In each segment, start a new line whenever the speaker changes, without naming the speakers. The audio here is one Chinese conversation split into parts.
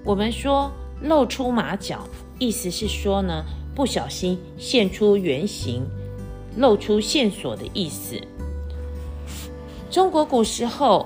我们说露出马脚，意思是说呢，不小心现出原形，露出线索的意思。中国古时候，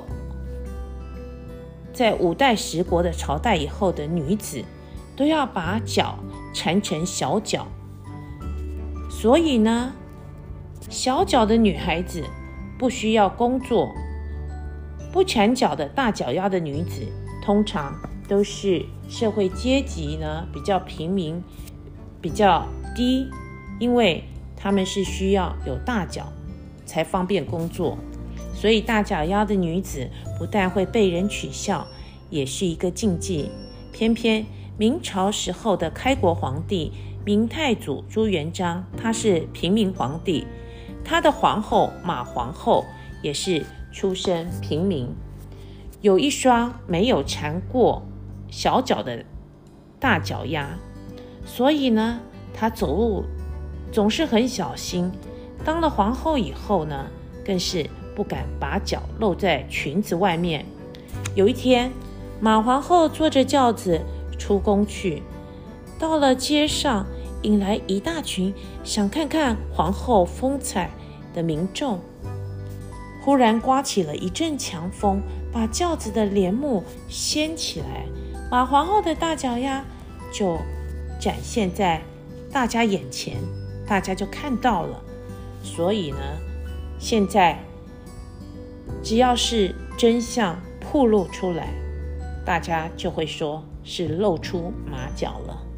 在五代十国的朝代以后的女子，都要把脚缠成小脚，所以呢，小脚的女孩子不需要工作，不缠脚的大脚丫的女子，通常都是社会阶级呢比较平民，比较低，因为他们是需要有大脚才方便工作，所以大脚丫的女子不但会被人取笑，也是一个禁忌。偏偏明朝时候的开国皇帝明太祖朱元璋，他是平民皇帝，他的皇后马皇后也是出身平民，有一双没有缠过小脚的大脚丫，所以呢，她走路总是很小心。当了皇后以后呢，更是不敢把脚露在裙子外面。有一天，马皇后坐着轿子出宫去，到了街上，引来一大群想看看皇后风采的民众。忽然刮起了一阵强风，把轿子的帘幕掀起来，马皇后的大脚丫就展现在大家眼前，大家就看到了。所以呢，现在只要是真相暴露出来，大家就会说是露出马脚了。